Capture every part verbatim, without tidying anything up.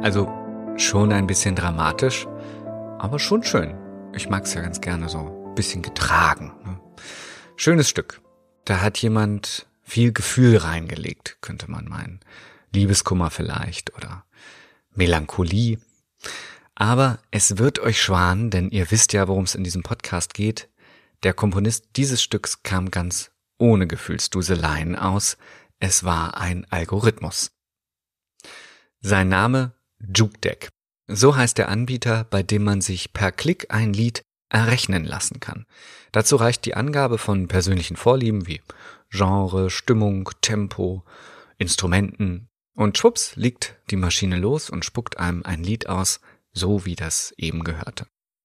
Also schon ein bisschen dramatisch, aber schon schön. Ich mag's ja ganz gerne so ein bisschen getragen. Ne? Schönes Stück. Da hat jemand viel Gefühl reingelegt, könnte man meinen. Liebeskummer vielleicht oder Melancholie. Aber es wird euch schwan, denn ihr wisst ja, worum es in diesem Podcast geht. Der Komponist dieses Stücks kam ganz ohne Gefühlsduseleien aus. Es war ein Algorithmus. Sein Name Jukedeck. So heißt der Anbieter, bei dem man sich per Klick ein Lied errechnen lassen kann. Dazu reicht die Angabe von persönlichen Vorlieben wie Genre, Stimmung, Tempo, Instrumenten und schwupps liegt die Maschine los und spuckt einem ein Lied aus, so wie das eben gehörte.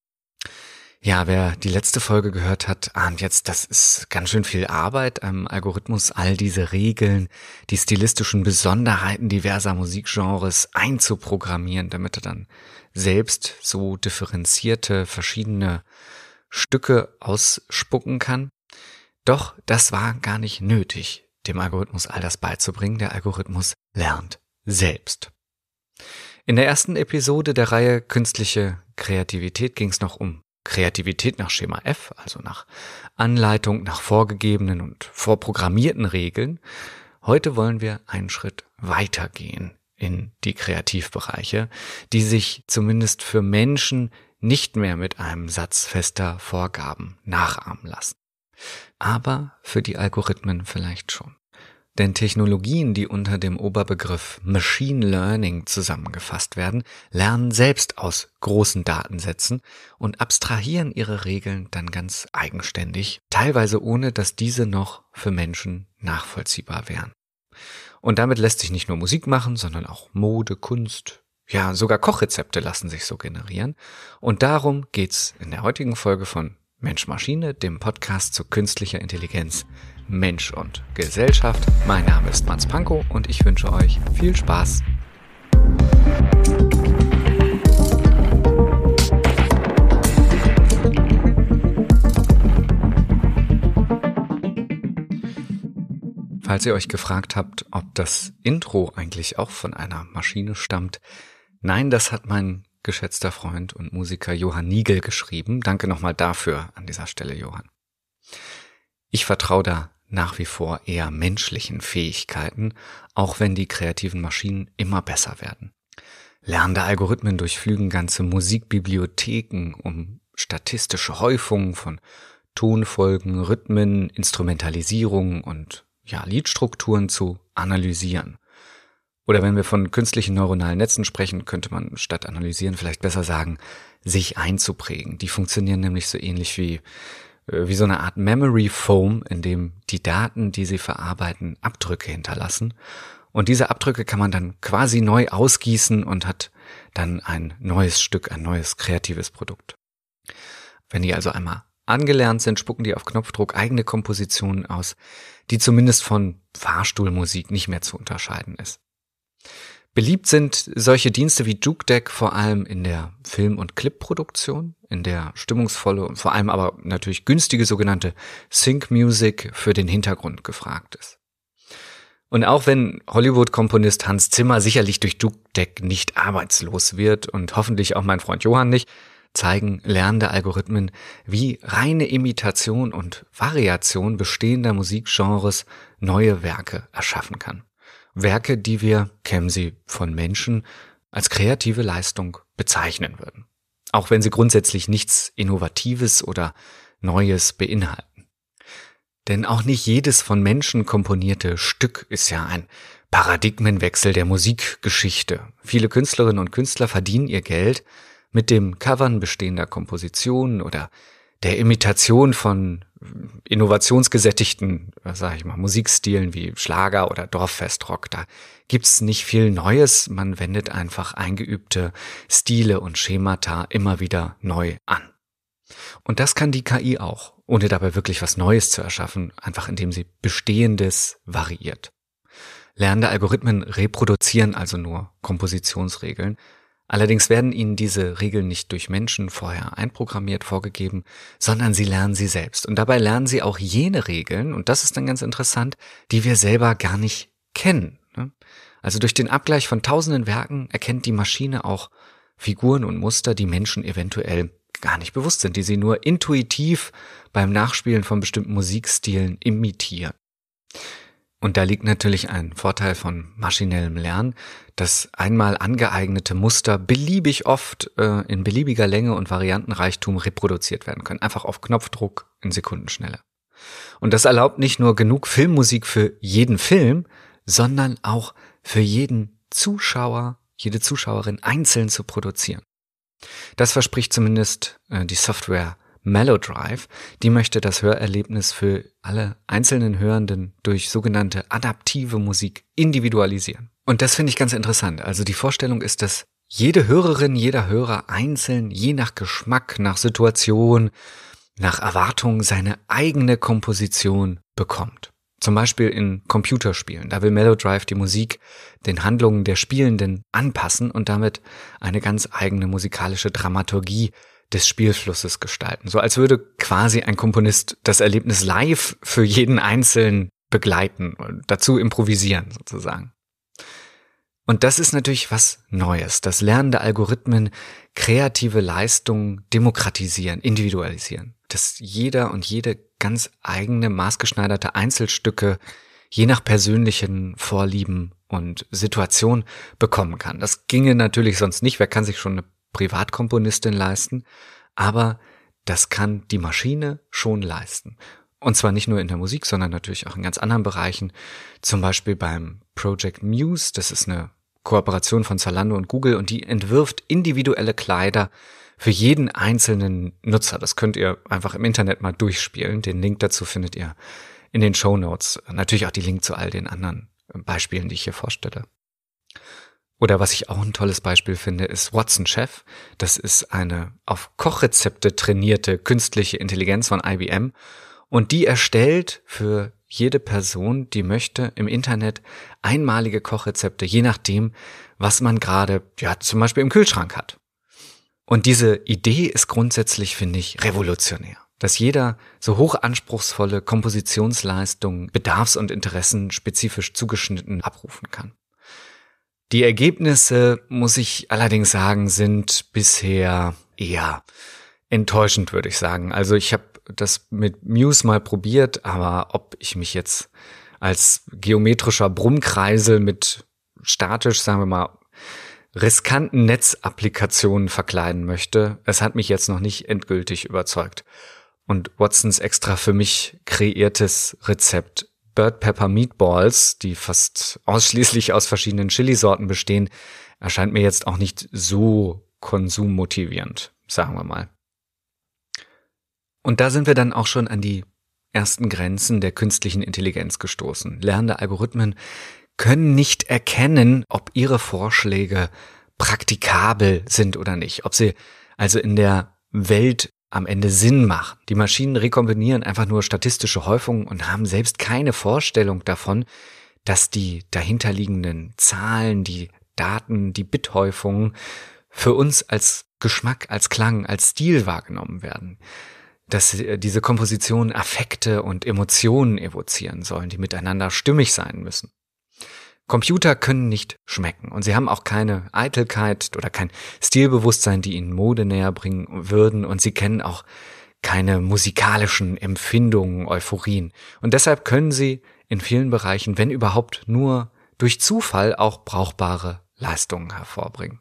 Ja, wer die letzte Folge gehört hat, ahnt jetzt, das ist ganz schön viel Arbeit, einem Algorithmus all diese Regeln, die stilistischen Besonderheiten diverser Musikgenres einzuprogrammieren, damit er dann selbst so differenzierte, verschiedene Stücke ausspucken kann. Doch das war gar nicht nötig, dem Algorithmus all das beizubringen. Der Algorithmus lernt selbst. In der ersten Episode der Reihe Künstliche Kreativität ging es noch um Kreativität nach Schema F, also nach Anleitung, nach vorgegebenen und vorprogrammierten Regeln. Heute wollen wir einen Schritt weitergehen in die Kreativbereiche, die sich zumindest für Menschen nicht mehr mit einem Satz fester Vorgaben nachahmen lassen. Aber für die Algorithmen vielleicht schon. Denn Technologien, die unter dem Oberbegriff Machine Learning zusammengefasst werden, lernen selbst aus großen Datensätzen und abstrahieren ihre Regeln dann ganz eigenständig, teilweise ohne, dass diese noch für Menschen nachvollziehbar wären. Und damit lässt sich nicht nur Musik machen, sondern auch Mode, Kunst, ja sogar Kochrezepte lassen sich so generieren. Und darum geht's in der heutigen Folge von Mensch-Maschine, dem Podcast zu künstlicher Intelligenz, Mensch und Gesellschaft. Mein Name ist Mats Pankow und ich wünsche euch viel Spaß. Falls ihr euch gefragt habt, ob das Intro eigentlich auch von einer Maschine stammt, nein, das hat mein geschätzter Freund und Musiker Johann Nigel geschrieben. Danke nochmal dafür an dieser Stelle, Johann. Ich vertraue da nach wie vor eher menschlichen Fähigkeiten, auch wenn die kreativen Maschinen immer besser werden. Lernende Algorithmen durchflügen ganze Musikbibliotheken, um statistische Häufungen von Tonfolgen, Rhythmen, Instrumentalisierung und ja, Liedstrukturen zu analysieren. Oder wenn wir von künstlichen neuronalen Netzen sprechen, könnte man statt analysieren vielleicht besser sagen, sich einzuprägen. Die funktionieren nämlich so ähnlich wie, wie so eine Art Memory Foam, in dem die Daten, die sie verarbeiten, Abdrücke hinterlassen. Und diese Abdrücke kann man dann quasi neu ausgießen und hat dann ein neues Stück, ein neues kreatives Produkt. Wenn die also einmal angelernt sind, spucken die auf Knopfdruck eigene Kompositionen aus, die zumindest von Fahrstuhlmusik nicht mehr zu unterscheiden ist. Beliebt sind solche Dienste wie Jukedeck vor allem in der Film- und Clipproduktion, in der stimmungsvolle und vor allem aber natürlich günstige sogenannte Sync Music für den Hintergrund gefragt ist. Und auch wenn Hollywood-Komponist Hans Zimmer sicherlich durch Jukedeck nicht arbeitslos wird und hoffentlich auch mein Freund Johann nicht, zeigen lernende Algorithmen, wie reine Imitation und Variation bestehender Musikgenres neue Werke erschaffen kann. Werke, die wir, kämen sie von Menschen, als kreative Leistung bezeichnen würden. Auch wenn sie grundsätzlich nichts Innovatives oder Neues beinhalten. Denn auch nicht jedes von Menschen komponierte Stück ist ja ein Paradigmenwechsel der Musikgeschichte. Viele Künstlerinnen und Künstler verdienen ihr Geld mit dem Covern bestehender Kompositionen oder der Imitation von innovationsgesättigten, was sag ich mal, Musikstilen wie Schlager oder Dorffestrock. Da gibt's nicht viel Neues, man wendet einfach eingeübte Stile und Schemata immer wieder neu an. Und das kann die K I auch, ohne dabei wirklich was Neues zu erschaffen, einfach indem sie Bestehendes variiert. Lernende Algorithmen reproduzieren also nur Kompositionsregeln. Allerdings werden ihnen diese Regeln nicht durch Menschen vorher einprogrammiert, vorgegeben, sondern sie lernen sie selbst. Und dabei lernen sie auch jene Regeln, und das ist dann ganz interessant, die wir selber gar nicht kennen. Also durch den Abgleich von tausenden Werken erkennt die Maschine auch Figuren und Muster, die Menschen eventuell gar nicht bewusst sind, die sie nur intuitiv beim Nachspielen von bestimmten Musikstilen imitieren. Und da liegt natürlich ein Vorteil von maschinellem Lernen, dass einmal angeeignete Muster beliebig oft äh, in beliebiger Länge und Variantenreichtum reproduziert werden können. Einfach auf Knopfdruck in Sekundenschnelle. Und das erlaubt nicht nur genug Filmmusik für jeden Film, sondern auch für jeden Zuschauer, jede Zuschauerin einzeln zu produzieren. Das verspricht zumindest äh, die Software Mellowdrive, die möchte das Hörerlebnis für alle einzelnen Hörenden durch sogenannte adaptive Musik individualisieren. Und das finde ich ganz interessant. Also die Vorstellung ist, dass jede Hörerin, jeder Hörer einzeln, je nach Geschmack, nach Situation, nach Erwartung seine eigene Komposition bekommt. Zum Beispiel in Computerspielen. Da will Mellowdrive die Musik den Handlungen der Spielenden anpassen und damit eine ganz eigene musikalische Dramaturgie des Spielflusses gestalten. So als würde quasi ein Komponist das Erlebnis live für jeden Einzelnen begleiten und dazu improvisieren sozusagen. Und das ist natürlich was Neues, dass lernende Algorithmen kreative Leistungen demokratisieren, individualisieren, dass jeder und jede ganz eigene, maßgeschneiderte Einzelstücke je nach persönlichen Vorlieben und Situation bekommen kann. Das ginge natürlich sonst nicht, wer kann sich schon eine Privatkomponistin leisten, aber das kann die Maschine schon leisten. Und zwar nicht nur in der Musik, sondern natürlich auch in ganz anderen Bereichen, zum Beispiel beim Project Muse, das ist eine Kooperation von Zalando und Google und die entwirft individuelle Kleider für jeden einzelnen Nutzer. Das könnt ihr einfach im Internet mal durchspielen. Den Link dazu findet ihr in den Shownotes. Natürlich auch die Link zu all den anderen Beispielen, die ich hier vorstelle. Oder was ich auch ein tolles Beispiel finde, ist Watson Chef. Das ist eine auf Kochrezepte trainierte künstliche Intelligenz von I B M und die erstellt für jede Person, die möchte, im Internet einmalige Kochrezepte, je nachdem, was man gerade, ja, zum Beispiel im Kühlschrank hat. Und diese Idee ist grundsätzlich, finde ich, revolutionär. Dass jeder so hoch anspruchsvolle Kompositionsleistungen bedarfs- und interessenspezifisch zugeschnitten abrufen kann. Die Ergebnisse, muss ich allerdings sagen, sind bisher eher enttäuschend, würde ich sagen. Also ich habe das mit Muse mal probiert, aber ob ich mich jetzt als geometrischer Brummkreisel mit statisch, sagen wir mal, riskanten Netzapplikationen verkleiden möchte, es hat mich jetzt noch nicht endgültig überzeugt. Und Watsons extra für mich kreiertes Rezept Bird Pepper Meatballs, die fast ausschließlich aus verschiedenen Chilisorten bestehen, erscheint mir jetzt auch nicht so konsummotivierend, sagen wir mal. Und da sind wir dann auch schon an die ersten Grenzen der künstlichen Intelligenz gestoßen. Lernende Algorithmen können nicht erkennen, ob ihre Vorschläge praktikabel sind oder nicht, ob sie also in der Welt am Ende Sinn machen. Die Maschinen rekombinieren einfach nur statistische Häufungen und haben selbst keine Vorstellung davon, dass die dahinterliegenden Zahlen, die Daten, die Bithäufungen für uns als Geschmack, als Klang, als Stil wahrgenommen werden. Dass diese Kompositionen Affekte und Emotionen evozieren sollen, die miteinander stimmig sein müssen. Computer können nicht schmecken und sie haben auch keine Eitelkeit oder kein Stilbewusstsein, die ihnen Mode näher bringen würden, und sie kennen auch keine musikalischen Empfindungen, Euphorien. Und deshalb können sie in vielen Bereichen, wenn überhaupt, nur durch Zufall auch brauchbare Leistungen hervorbringen.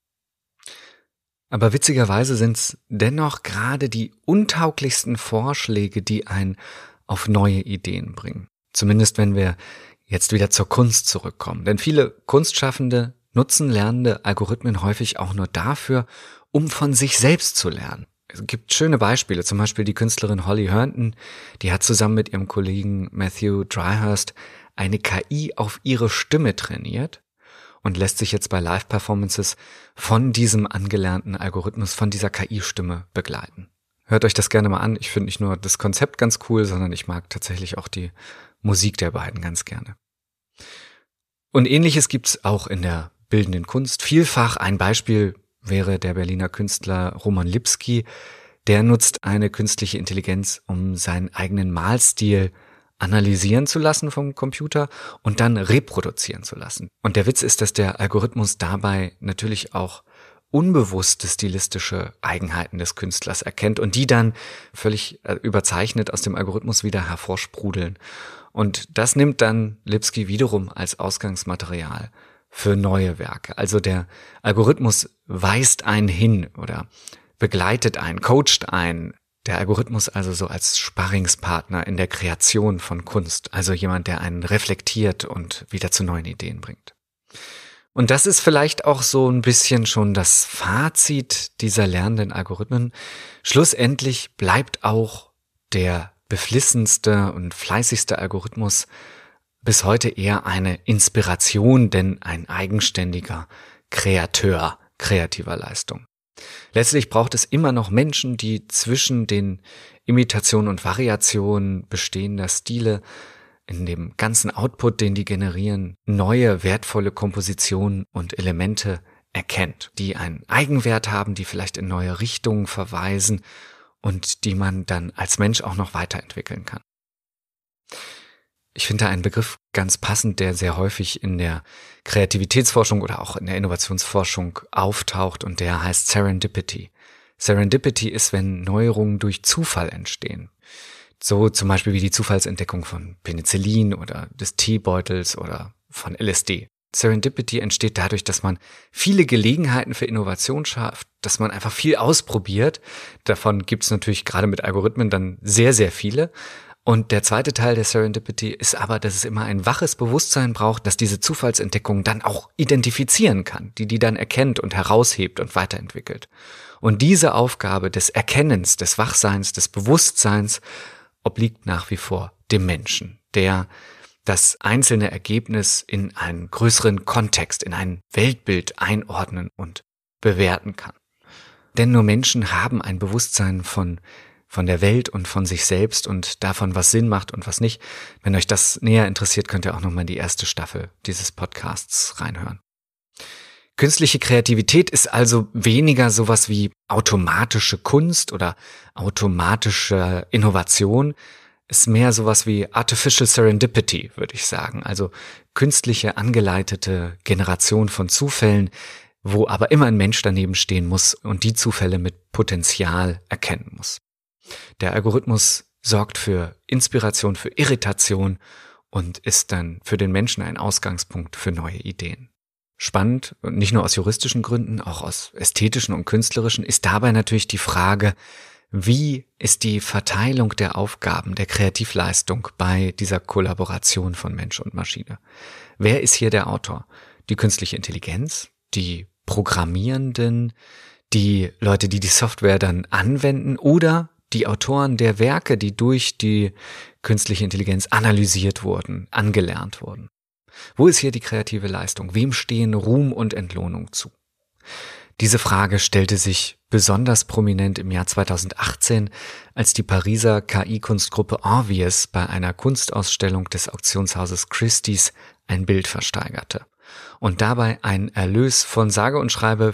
Aber witzigerweise sind es dennoch gerade die untauglichsten Vorschläge, die einen auf neue Ideen bringen. Zumindest wenn wir jetzt wieder zur Kunst zurückkommen. Denn viele Kunstschaffende nutzen lernende Algorithmen häufig auch nur dafür, um von sich selbst zu lernen. Es gibt schöne Beispiele, zum Beispiel die Künstlerin Holly Herndon, die hat zusammen mit ihrem Kollegen Matthew Dryhurst eine K I auf ihre Stimme trainiert und lässt sich jetzt bei Live-Performances von diesem angelernten Algorithmus, von dieser K I-Stimme begleiten. Hört euch das gerne mal an. Ich finde nicht nur das Konzept ganz cool, sondern ich mag tatsächlich auch die Musik der beiden ganz gerne. Und Ähnliches gibt's auch in der bildenden Kunst. Vielfach ein Beispiel wäre der Berliner Künstler Roman Lipski. Der nutzt eine künstliche Intelligenz, um seinen eigenen Malstil analysieren zu lassen vom Computer und dann reproduzieren zu lassen. Und der Witz ist, dass der Algorithmus dabei natürlich auch unbewusste stilistische Eigenheiten des Künstlers erkennt und die dann völlig überzeichnet aus dem Algorithmus wieder hervorsprudeln. Und das nimmt dann Lipski wiederum als Ausgangsmaterial für neue Werke. Also der Algorithmus weist einen hin oder begleitet einen, coacht einen. Der Algorithmus also so als Sparringspartner in der Kreation von Kunst. Also jemand, der einen reflektiert und wieder zu neuen Ideen bringt. Und das ist vielleicht auch so ein bisschen schon das Fazit dieser lernenden Algorithmen. Schlussendlich bleibt auch der beflissenste und fleißigste Algorithmus bis heute eher eine Inspiration, denn ein eigenständiger Kreateur kreativer Leistung. Letztlich braucht es immer noch Menschen, die zwischen den Imitationen und Variationen bestehender Stile in dem ganzen Output, den die generieren, neue, wertvolle Kompositionen und Elemente erkennt, die einen Eigenwert haben, die vielleicht in neue Richtungen verweisen und die man dann als Mensch auch noch weiterentwickeln kann. Ich finde da einen Begriff ganz passend, der sehr häufig in der Kreativitätsforschung oder auch in der Innovationsforschung auftaucht und der heißt Serendipity. Serendipity ist, wenn Neuerungen durch Zufall entstehen. So zum Beispiel wie die Zufallsentdeckung von Penicillin oder des Teebeutels oder von L S D. Serendipity entsteht dadurch, dass man viele Gelegenheiten für Innovation schafft, dass man einfach viel ausprobiert. Davon gibt es natürlich gerade mit Algorithmen dann sehr, sehr viele. Und der zweite Teil der Serendipity ist aber, dass es immer ein waches Bewusstsein braucht, das diese Zufallsentdeckung dann auch identifizieren kann, die die dann erkennt und heraushebt und weiterentwickelt. Und diese Aufgabe des Erkennens, des Wachseins, des Bewusstseins obliegt nach wie vor dem Menschen, der das einzelne Ergebnis in einen größeren Kontext, in ein Weltbild einordnen und bewerten kann. Denn nur Menschen haben ein Bewusstsein von von der Welt und von sich selbst und davon, was Sinn macht und was nicht. Wenn euch das näher interessiert, könnt ihr auch nochmal in die erste Staffel dieses Podcasts reinhören. Künstliche Kreativität ist also weniger sowas wie automatische Kunst oder automatische Innovation, ist mehr sowas wie Artificial Serendipity, würde ich sagen. Also künstliche, angeleitete Generation von Zufällen, wo aber immer ein Mensch daneben stehen muss und die Zufälle mit Potenzial erkennen muss. Der Algorithmus sorgt für Inspiration, für Irritation und ist dann für den Menschen ein Ausgangspunkt für neue Ideen. Spannend, und nicht nur aus juristischen Gründen, auch aus ästhetischen und künstlerischen, ist dabei natürlich die Frage, wie ist die Verteilung der Aufgaben, der Kreativleistung bei dieser Kollaboration von Mensch und Maschine? Wer ist hier der Autor? Die künstliche Intelligenz, die Programmierenden, die Leute, die die Software dann anwenden oder die Autoren der Werke, die durch die künstliche Intelligenz analysiert wurden, angelernt wurden. Wo ist hier die kreative Leistung? Wem stehen Ruhm und Entlohnung zu? Diese Frage stellte sich besonders prominent im Jahr zweitausendachtzehn, als die Pariser K I-Kunstgruppe Envious bei einer Kunstausstellung des Auktionshauses Christie's ein Bild versteigerte und dabei einen Erlös von sage und schreibe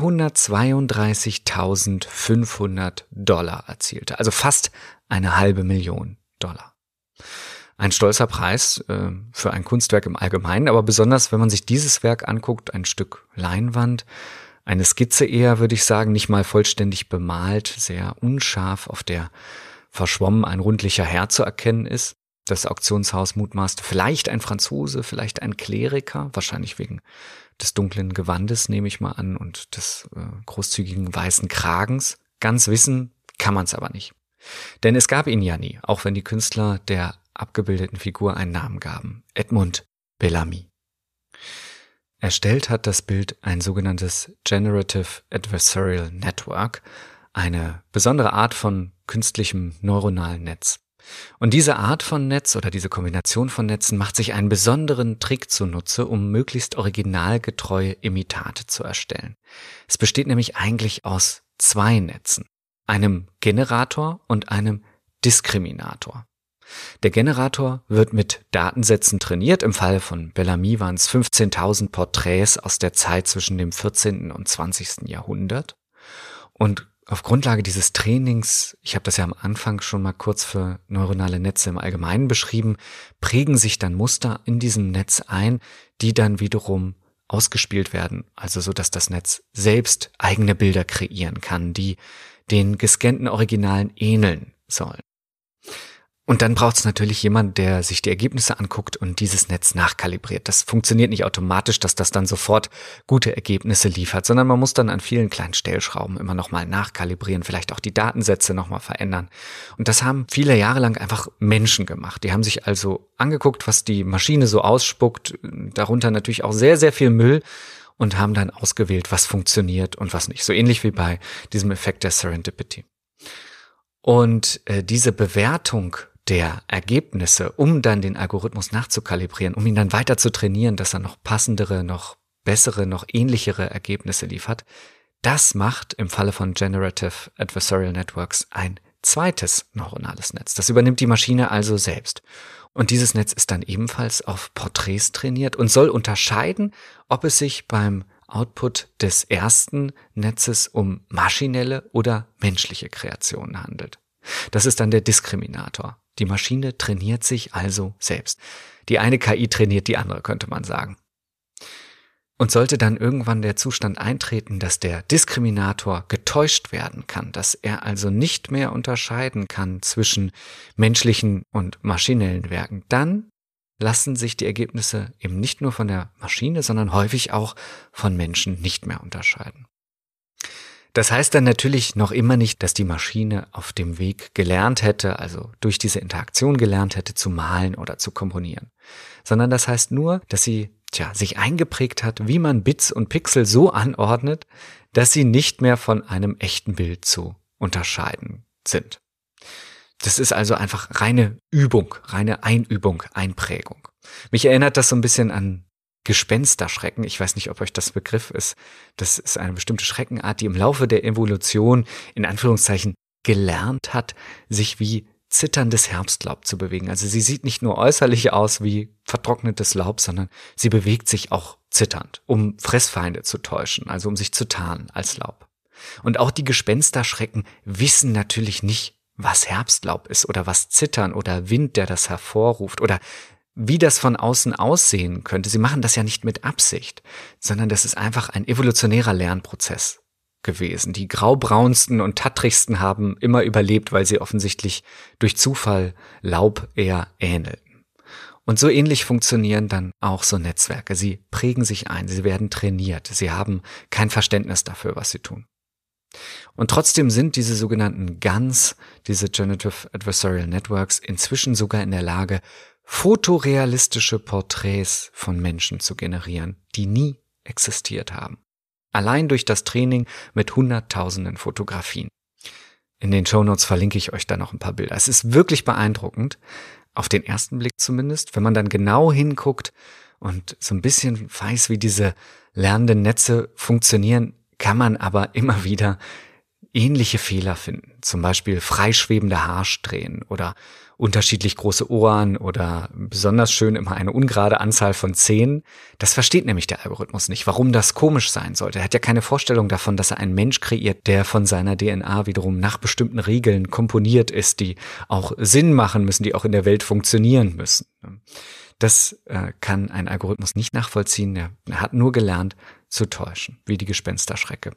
vierhundertzweiunddreißigtausendfünfhundert Dollar erzielte, also fast eine halbe Million Dollar. Ein stolzer Preis äh, für ein Kunstwerk im Allgemeinen, aber besonders, wenn man sich dieses Werk anguckt, ein Stück Leinwand, eine Skizze eher, würde ich sagen, nicht mal vollständig bemalt, sehr unscharf, auf der verschwommen ein rundlicher Herr zu erkennen ist. Das Auktionshaus mutmaßte vielleicht ein Franzose, vielleicht ein Kleriker, wahrscheinlich wegen des dunklen Gewandes, nehme ich mal an, und des äh, großzügigen weißen Kragens. Ganz wissen kann man es aber nicht. Denn es gab ihn ja nie, auch wenn die Künstler der abgebildeten Figur einen Namen gaben. Edmund Bellamy. Erstellt hat das Bild ein sogenanntes Generative Adversarial Network, eine besondere Art von künstlichem neuronalen Netz. Und diese Art von Netz oder diese Kombination von Netzen macht sich einen besonderen Trick zunutze, um möglichst originalgetreue Imitate zu erstellen. Es besteht nämlich eigentlich aus zwei Netzen, einem Generator und einem Diskriminator. Der Generator wird mit Datensätzen trainiert. Im Fall von Bellamy waren es fünfzehntausend Porträts aus der Zeit zwischen dem vierzehnten und zwanzigsten Jahrhundert. Und auf Grundlage dieses Trainings, ich habe das ja am Anfang schon mal kurz für neuronale Netze im Allgemeinen beschrieben, prägen sich dann Muster in diesem Netz ein, die dann wiederum ausgespielt werden, also so, dass das Netz selbst eigene Bilder kreieren kann, die den gescannten Originalen ähneln sollen. Und dann braucht es natürlich jemanden, der sich die Ergebnisse anguckt und dieses Netz nachkalibriert. Das funktioniert nicht automatisch, dass das dann sofort gute Ergebnisse liefert, sondern man muss dann an vielen kleinen Stellschrauben immer nochmal nachkalibrieren, vielleicht auch die Datensätze nochmal verändern. Und das haben viele Jahre lang einfach Menschen gemacht. Die haben sich also angeguckt, was die Maschine so ausspuckt, darunter natürlich auch sehr, sehr viel Müll, und haben dann ausgewählt, was funktioniert und was nicht. So ähnlich wie bei diesem Effekt der Serendipity. Und äh, diese Bewertung der Ergebnisse, um dann den Algorithmus nachzukalibrieren, um ihn dann weiter zu trainieren, dass er noch passendere, noch bessere, noch ähnlichere Ergebnisse liefert, das macht im Falle von Generative Adversarial Networks ein zweites neuronales Netz. Das übernimmt die Maschine also selbst. Und dieses Netz ist dann ebenfalls auf Porträts trainiert und soll unterscheiden, ob es sich beim Output des ersten Netzes um maschinelle oder menschliche Kreationen handelt. Das ist dann der Diskriminator. Die Maschine trainiert sich also selbst. Die eine K I trainiert die andere, könnte man sagen. Und sollte dann irgendwann der Zustand eintreten, dass der Diskriminator getäuscht werden kann, dass er also nicht mehr unterscheiden kann zwischen menschlichen und maschinellen Werken, dann lassen sich die Ergebnisse eben nicht nur von der Maschine, sondern häufig auch von Menschen nicht mehr unterscheiden. Das heißt dann natürlich noch immer nicht, dass die Maschine auf dem Weg gelernt hätte, also durch diese Interaktion gelernt hätte, zu malen oder zu komponieren. Sondern das heißt nur, dass sie tja, sich eingeprägt hat, wie man Bits und Pixel so anordnet, dass sie nicht mehr von einem echten Bild zu unterscheiden sind. Das ist also einfach reine Übung, reine Einübung, Einprägung. Mich erinnert das so ein bisschen an Gespensterschrecken. Ich weiß nicht, ob euch das Begriff ist. Das ist eine bestimmte Schreckenart, die im Laufe der Evolution in Anführungszeichen gelernt hat, sich wie zitterndes Herbstlaub zu bewegen. Also sie sieht nicht nur äußerlich aus wie vertrocknetes Laub, sondern sie bewegt sich auch zitternd, um Fressfeinde zu täuschen, also um sich zu tarnen als Laub. Und auch die Gespensterschrecken wissen natürlich nicht, was Herbstlaub ist oder was Zittern oder Wind, der das hervorruft, oder wie das von außen aussehen könnte. Sie machen das ja nicht mit Absicht, sondern das ist einfach ein evolutionärer Lernprozess gewesen. Die graubraunsten und tattrigsten haben immer überlebt, weil sie offensichtlich durch Zufall Laub eher ähneln. Und so ähnlich funktionieren dann auch so Netzwerke. Sie prägen sich ein, sie werden trainiert, sie haben kein Verständnis dafür, was sie tun. Und trotzdem sind diese sogenannten G A Ns, diese Generative Adversarial Networks, inzwischen sogar in der Lage, fotorealistische Porträts von Menschen zu generieren, die nie existiert haben. Allein durch das Training mit hunderttausenden Fotografien. In den Shownotes verlinke ich euch da noch ein paar Bilder. Es ist wirklich beeindruckend, auf den ersten Blick zumindest, wenn man dann genau hinguckt und so ein bisschen weiß, wie diese lernenden Netze funktionieren, kann man aber immer wieder ähnliche Fehler finden. Zum Beispiel freischwebende Haarsträhnen oder unterschiedlich große Ohren oder besonders schön immer eine ungerade Anzahl von Zähnen. Das versteht nämlich der Algorithmus nicht, warum das komisch sein sollte. Er hat ja keine Vorstellung davon, dass er einen Mensch kreiert, der von seiner D N A wiederum nach bestimmten Regeln komponiert ist, die auch Sinn machen müssen, die auch in der Welt funktionieren müssen. Das äh, kann ein Algorithmus nicht nachvollziehen. Er, er hat nur gelernt zu täuschen, wie die Gespensterschrecke.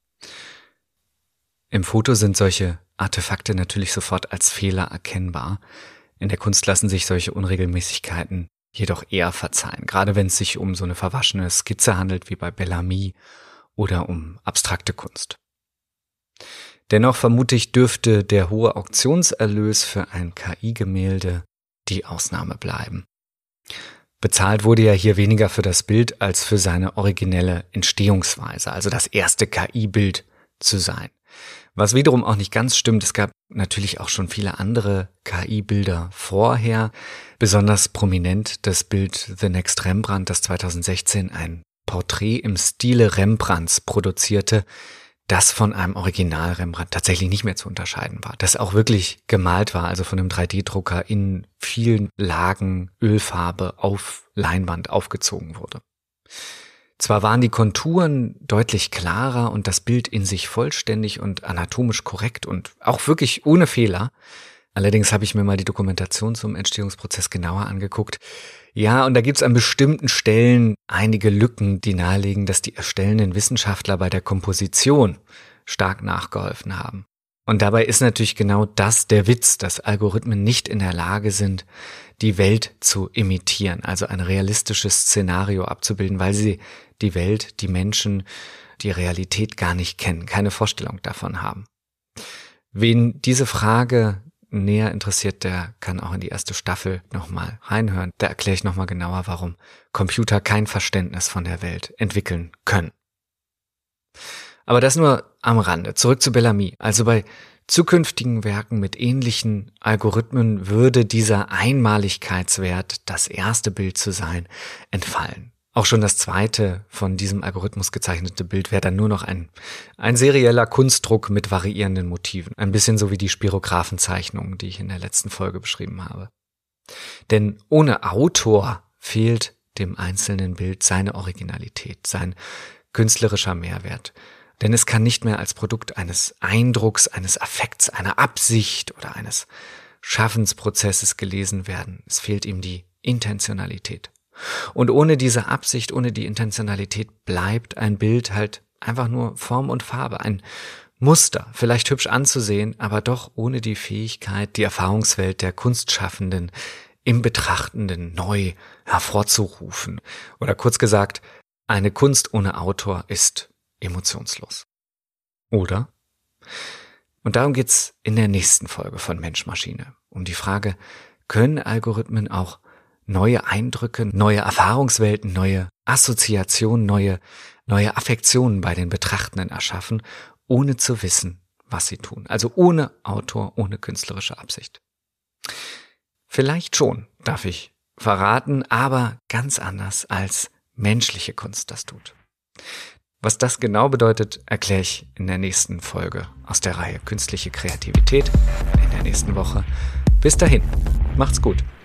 Im Foto sind solche Artefakte natürlich sofort als Fehler erkennbar. In der Kunst lassen sich solche Unregelmäßigkeiten jedoch eher verzeihen, gerade wenn es sich um so eine verwaschene Skizze handelt wie bei Bellamy oder um abstrakte Kunst. Dennoch vermute ich, dürfte der hohe Auktionserlös für ein K I-Gemälde die Ausnahme bleiben. Bezahlt wurde ja hier weniger für das Bild als für seine originelle Entstehungsweise, also das erste K I-Bild zu sein. Was wiederum auch nicht ganz stimmt, es gab natürlich auch schon viele andere K I-Bilder vorher. Besonders prominent das Bild The Next Rembrandt, das zweitausendsechzehn ein Porträt im Stile Rembrandts produzierte, das von einem Original Rembrandt tatsächlich nicht mehr zu unterscheiden war. Das auch wirklich gemalt war, also von einem drei D Drucker in vielen Lagen Ölfarbe auf Leinwand aufgezogen wurde. Zwar waren die Konturen deutlich klarer und das Bild in sich vollständig und anatomisch korrekt und auch wirklich ohne Fehler. Allerdings habe ich mir mal die Dokumentation zum Entstehungsprozess genauer angeguckt. Ja, und da gibt's an bestimmten Stellen einige Lücken, die nahelegen, dass die erstellenden Wissenschaftler bei der Komposition stark nachgeholfen haben. Und dabei ist natürlich genau das der Witz, dass Algorithmen nicht in der Lage sind, die Welt zu imitieren, also ein realistisches Szenario abzubilden, weil sie die Welt, die Menschen, die Realität gar nicht kennen, keine Vorstellung davon haben. Wen diese Frage näher interessiert, der kann auch in die erste Staffel nochmal reinhören. Da erkläre ich nochmal genauer, warum Computer kein Verständnis von der Welt entwickeln können. Aber das nur am Rande. Zurück zu Bellamy. Also bei zukünftigen Werken mit ähnlichen Algorithmen würde dieser Einmaligkeitswert, das erste Bild zu sein, entfallen. Auch schon das zweite von diesem Algorithmus gezeichnete Bild wäre dann nur noch ein, ein serieller Kunstdruck mit variierenden Motiven. Ein bisschen so wie die Spirographenzeichnungen, die ich in der letzten Folge beschrieben habe. Denn ohne Autor fehlt dem einzelnen Bild seine Originalität, sein künstlerischer Mehrwert. Denn es kann nicht mehr als Produkt eines Eindrucks, eines Affekts, einer Absicht oder eines Schaffensprozesses gelesen werden. Es fehlt ihm die Intentionalität. Und ohne diese Absicht, ohne die Intentionalität bleibt ein Bild halt einfach nur Form und Farbe, ein Muster, vielleicht hübsch anzusehen, aber doch ohne die Fähigkeit, die Erfahrungswelt der Kunstschaffenden im Betrachtenden neu hervorzurufen. Oder kurz gesagt, eine Kunst ohne Autor ist emotionslos. Oder? Und darum geht's in der nächsten Folge von Mensch-Maschine. Um die Frage, können Algorithmen auch neue Eindrücke, neue Erfahrungswelten, neue Assoziationen, neue, neue Affektionen bei den Betrachtenden erschaffen, ohne zu wissen, was sie tun. Also ohne Autor, ohne künstlerische Absicht. Vielleicht schon, darf ich verraten, aber ganz anders als menschliche Kunst das tut. Was das genau bedeutet, erkläre ich in der nächsten Folge aus der Reihe Künstliche Kreativität in der nächsten Woche. Bis dahin, macht's gut.